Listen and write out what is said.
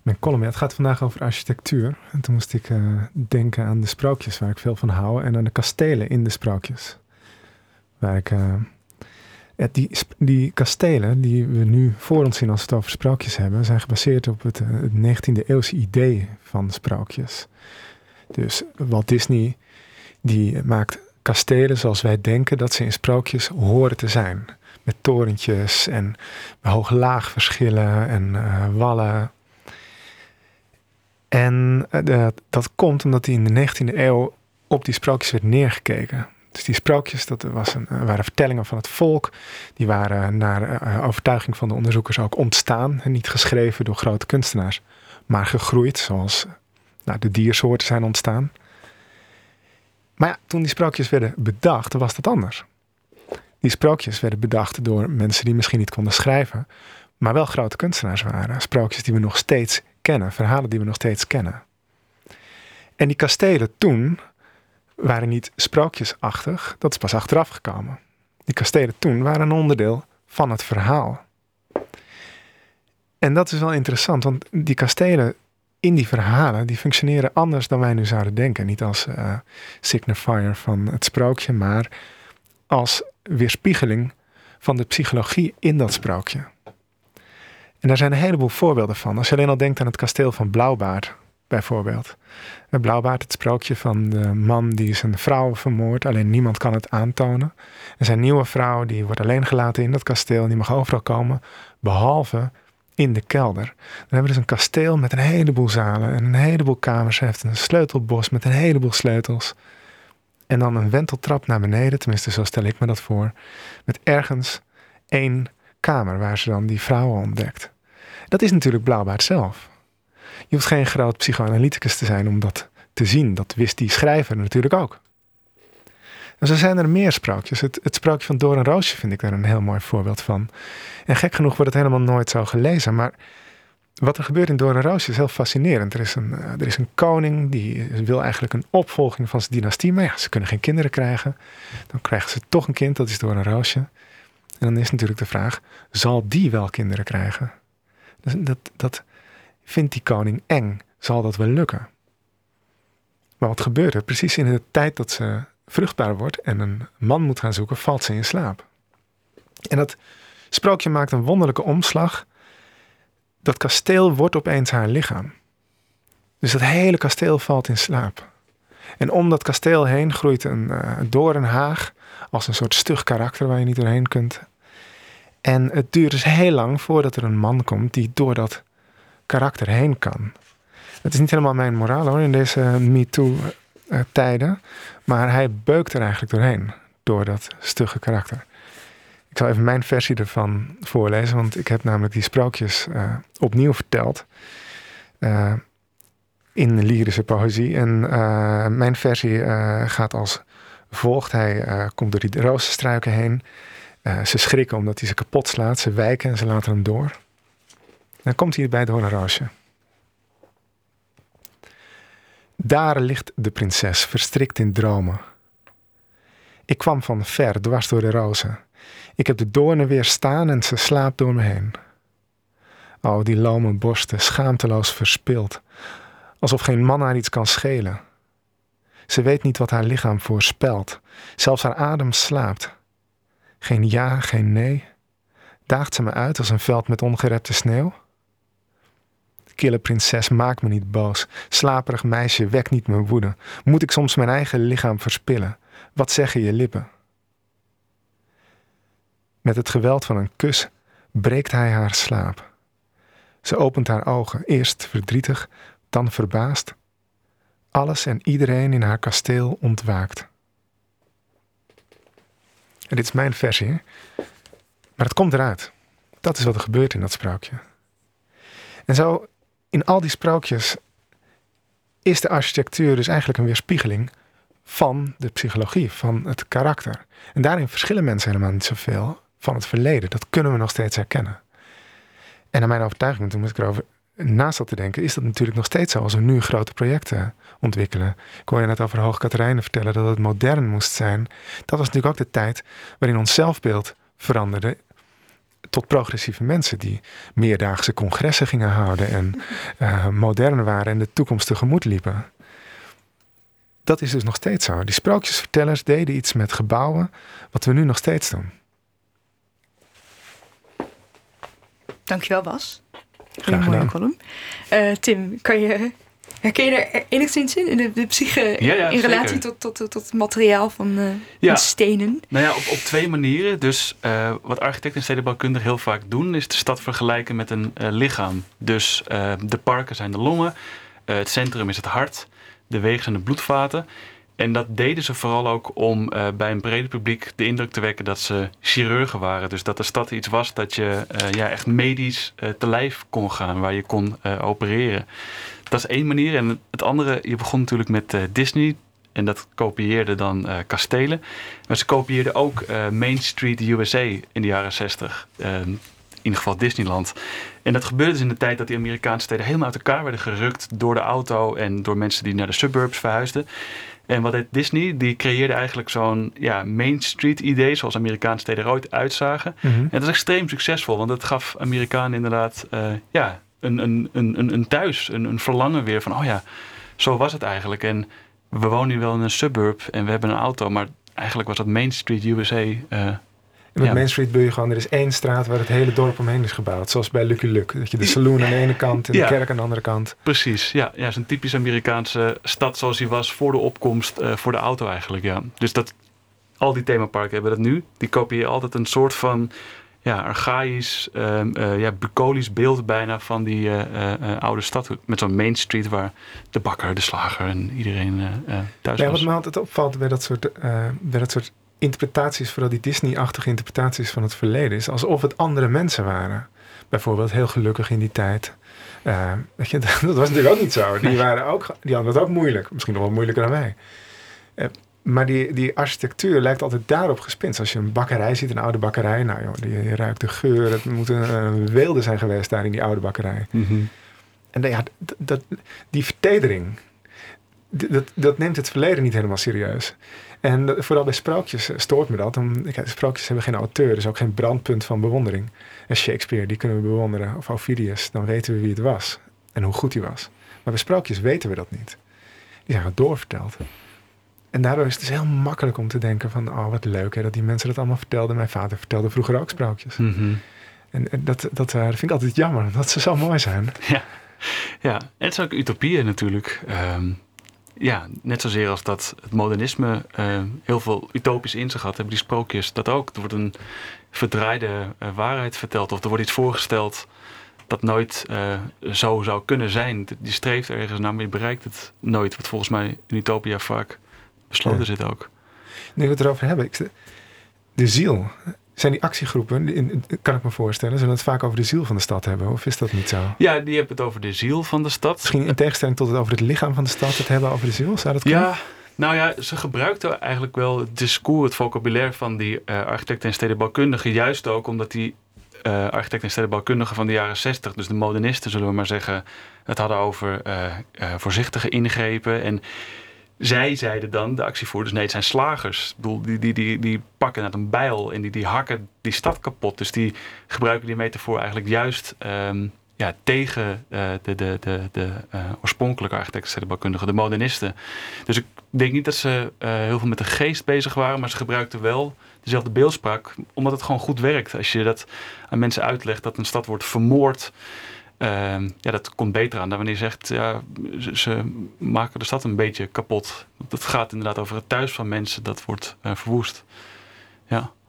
Mijn column, het gaat vandaag over architectuur. En toen moest ik denken aan de sprookjes waar ik veel van hou. En aan de kastelen in de sprookjes. Waar ik, die kastelen die we nu voor ons zien als we het over sprookjes hebben, zijn gebaseerd op het 19e eeuwse idee van sprookjes. Dus Walt Disney die maakt kastelen zoals wij denken dat ze in sprookjes horen te zijn. Met torentjes en hoog-laag verschillen en wallen. En dat komt omdat in de 19e eeuw op die sprookjes werd neergekeken. Dus die sprookjes, dat waren vertellingen van het volk. Die waren naar overtuiging van de onderzoekers ook ontstaan. En niet geschreven door grote kunstenaars. Maar gegroeid, zoals de diersoorten zijn ontstaan. Maar ja, toen die sprookjes werden bedacht, was dat anders. Die sprookjes werden bedacht door mensen die misschien niet konden schrijven. Maar wel grote kunstenaars waren. Sprookjes die we nog steeds kennen. Verhalen die we nog steeds kennen. En die kastelen toen waren niet sprookjesachtig. Dat is pas achteraf gekomen. Die kastelen toen waren een onderdeel van het verhaal. En dat is wel interessant. Want die kastelen in die verhalen, die functioneren anders dan wij nu zouden denken. Niet als signifier van het sprookje, maar als weerspiegeling van de psychologie in dat sprookje. En daar zijn een heleboel voorbeelden van. Als je alleen al denkt aan het kasteel van Blauwbaard, bijvoorbeeld. Blauwbaard, het sprookje van de man die zijn vrouw vermoordt, alleen niemand kan het aantonen. En zijn nieuwe vrouw, die wordt alleen gelaten in dat kasteel en die mag overal komen, behalve in de kelder. Dan hebben we dus een kasteel met een heleboel zalen en een heleboel kamers. Hij heeft een sleutelbos met een heleboel sleutels. En dan een wenteltrap naar beneden, tenminste zo stel ik me dat voor, met ergens één kamer waar ze dan die vrouwen ontdekt. Dat is natuurlijk Blauwbaard zelf. Je hoeft geen groot psychoanalyticus te zijn om dat te zien. Dat wist die schrijver natuurlijk ook. En zo zijn er meer sprookjes. Het sprookje van Doornroosje vind ik daar een heel mooi voorbeeld van. En gek genoeg wordt het helemaal nooit zo gelezen. Maar wat er gebeurt in Doornroosje is heel fascinerend. Er is een koning die wil eigenlijk een opvolging van zijn dynastie. Maar ja, ze kunnen geen kinderen krijgen. Dan krijgen ze toch een kind, dat is Doornroosje. En dan is natuurlijk de vraag, zal die wel kinderen krijgen? Dus dat vindt die koning eng. Zal dat wel lukken? Maar wat gebeurt er? Precies in de tijd dat ze vruchtbaar wordt en een man moet gaan zoeken, valt ze in slaap. En dat sprookje maakt een wonderlijke omslag. Dat kasteel wordt opeens haar lichaam. Dus dat hele kasteel valt in slaap. En om dat kasteel heen groeit een doornhaag als een soort stug karakter waar je niet doorheen kunt. En het duurt dus heel lang voordat er een man komt die door dat karakter heen kan. Het is niet helemaal mijn moraal hoor in deze MeToo-tijden. Maar hij beukt er eigenlijk doorheen. Door dat stugge karakter. Ik zal even mijn versie ervan voorlezen. Want ik heb namelijk die sprookjes opnieuw verteld. In lyrische poëzie. En mijn versie gaat als volgt. Hij komt door die rozenstruiken heen. Ze schrikken omdat hij ze kapot slaat. Ze wijken en ze laten hem door. Dan komt hij bij het Doornroosje. Daar ligt de prinses, verstrikt in dromen. Ik kwam van ver, dwars door de rozen. Ik heb de doornen weerstaan en ze slaapt door me heen. O, die lome borsten, schaamteloos verspild. Alsof geen man haar iets kan schelen. Ze weet niet wat haar lichaam voorspelt. Zelfs haar adem slaapt. Geen ja, geen nee. Daagt ze me uit als een veld met ongerepte sneeuw? Kille prinses, maak me niet boos. Slaperig meisje, wek niet mijn woede. Moet ik soms mijn eigen lichaam verspillen? Wat zeggen je lippen? Met het geweld van een kus breekt hij haar slaap. Ze opent haar ogen, eerst verdrietig, dan verbaasd. Alles en iedereen in haar kasteel ontwaakt. En dit is mijn versie, hè? Maar het komt eruit. Dat is wat er gebeurt in dat sprookje. En zo, in al die sprookjes is de architectuur dus eigenlijk een weerspiegeling van de psychologie, van het karakter. En daarin verschillen mensen helemaal niet zoveel van het verleden. Dat kunnen we nog steeds herkennen. En naar mijn overtuiging, toen moest ik erover naast dat te denken, is dat natuurlijk nog steeds zo als we nu grote projecten ontwikkelen. Ik hoorde net over Hoog Catharijnen vertellen dat het modern moest zijn. Dat was natuurlijk ook de tijd waarin ons zelfbeeld veranderde. tot progressieve mensen die meerdaagse congressen gingen houden en modern waren en de toekomst tegemoet liepen. Dat is dus nog steeds zo. Die sprookjesvertellers deden iets met gebouwen wat we nu nog steeds doen. Dankjewel, Bas. Graag Een mooie gedaan. column. Tim, herken je er enigszins in de psyche in relatie tot het materiaal van stenen? Nou ja, op 2 manieren. Dus wat architecten en stedenbouwkundigen heel vaak doen, is de stad vergelijken met een lichaam. Dus de parken zijn de longen, het centrum is het hart, de wegen zijn de bloedvaten. En dat deden ze vooral ook om bij een brede publiek de indruk te wekken dat ze chirurgen waren. Dus dat de stad iets was dat je echt medisch te lijf kon gaan, waar je kon opereren. Dat is 1 manier. En het andere, je begon natuurlijk met Disney. En dat kopieerde dan kastelen. Maar ze kopieerden ook Main Street USA in de jaren 60. In ieder geval Disneyland. En dat gebeurde dus in de tijd dat die Amerikaanse steden helemaal uit elkaar werden gerukt door de auto en door mensen die naar de suburbs verhuisden. En wat deed Disney? Die creëerde eigenlijk zo'n Main Street idee, zoals Amerikaanse steden er ooit uitzagen. Mm-hmm. En dat is extreem succesvol, want het gaf Amerikanen inderdaad een thuis, een verlangen weer van, zo was het eigenlijk. En we wonen nu wel in een suburb en we hebben een auto, maar eigenlijk was dat Main Street USA. En met Main Street bedoel je gewoon, er is 1 straat waar het hele dorp omheen is gebouwd. Zoals bij Lucky Luke. Dat je de saloon aan de ene kant en de kerk aan de andere kant. Precies, ja. Ja, zo'n typisch Amerikaanse stad zoals die was voor de opkomst voor de auto eigenlijk, ja. Dus al die themaparken hebben dat nu. Die kopieën altijd een soort van archaïsch, bucolisch beeld bijna van die oude stad. Met zo'n Main Street waar de bakker, de slager en iedereen thuis was. Wat me altijd opvalt bij dat soort interpretaties, vooral die Disney-achtige interpretaties van het verleden, is alsof het andere mensen waren. Bijvoorbeeld heel gelukkig in die tijd. Weet je, dat was natuurlijk ook niet zo. Die hadden het ook moeilijk. Misschien nog wel moeilijker dan wij. Maar die architectuur lijkt altijd daarop gespinst. Als je een bakkerij ziet, een oude bakkerij, nou joh, je ruikt de geur. Het moet een weelde zijn geweest daar in die oude bakkerij. Mm-hmm. En die vertedering, dat neemt het verleden niet helemaal serieus. En vooral bij sprookjes stoort me dat. Sprookjes hebben geen auteur, dus ook geen brandpunt van bewondering. En Shakespeare, die kunnen we bewonderen. Of Ovidius, dan weten we wie het was. En hoe goed hij was. Maar bij sprookjes weten we dat niet. Die zijn gewoon doorverteld. En daardoor is het dus heel makkelijk om te denken van, wat leuk hè, dat die mensen dat allemaal vertelden. Mijn vader vertelde vroeger ook sprookjes. Mm-hmm. En dat vind ik altijd jammer, omdat ze zo mooi zijn. Ja. En het zijn ook utopieën natuurlijk. Net zozeer als dat het modernisme heel veel utopisch in zich had, hebben die sprookjes dat ook. Er wordt een verdraaide waarheid verteld of er wordt iets voorgesteld dat nooit zo zou kunnen zijn. Die streeft ergens naar, maar je bereikt het nooit. Wat volgens mij in Utopia vaak besloten zit ook. Nu we het erover hebben, de ziel. Zijn die actiegroepen, kan ik me voorstellen, zullen het vaak over de ziel van de stad hebben? Of is dat niet zo? Ja, die hebben het over de ziel van de stad. Misschien in tegenstelling tot het over het lichaam van de stad het hebben over de ziel? Zou dat kunnen? Ja, nou ja, ze gebruikten eigenlijk wel het discours, het vocabulaire van die architecten en stedenbouwkundigen. Juist ook omdat die architecten en stedenbouwkundigen van de jaren 60, dus de modernisten zullen we maar zeggen, het hadden over voorzichtige ingrepen. En zij zeiden dan, de actievoerders, nee, het zijn slagers. Ik bedoel, die pakken uit een bijl en die hakken die stad kapot. Dus die gebruiken die metafoor eigenlijk juist tegen de oorspronkelijke architecten, stedenbouwkundigen, de modernisten. Dus ik denk niet dat ze heel veel met de geest bezig waren, maar ze gebruikten wel dezelfde beeldspraak, omdat het gewoon goed werkt. Als je dat aan mensen uitlegt, dat een stad wordt vermoord, dat komt beter aan dan wanneer je zegt, ze maken de stad een beetje kapot. Dat gaat inderdaad over het thuis van mensen, dat wordt verwoest. Ja.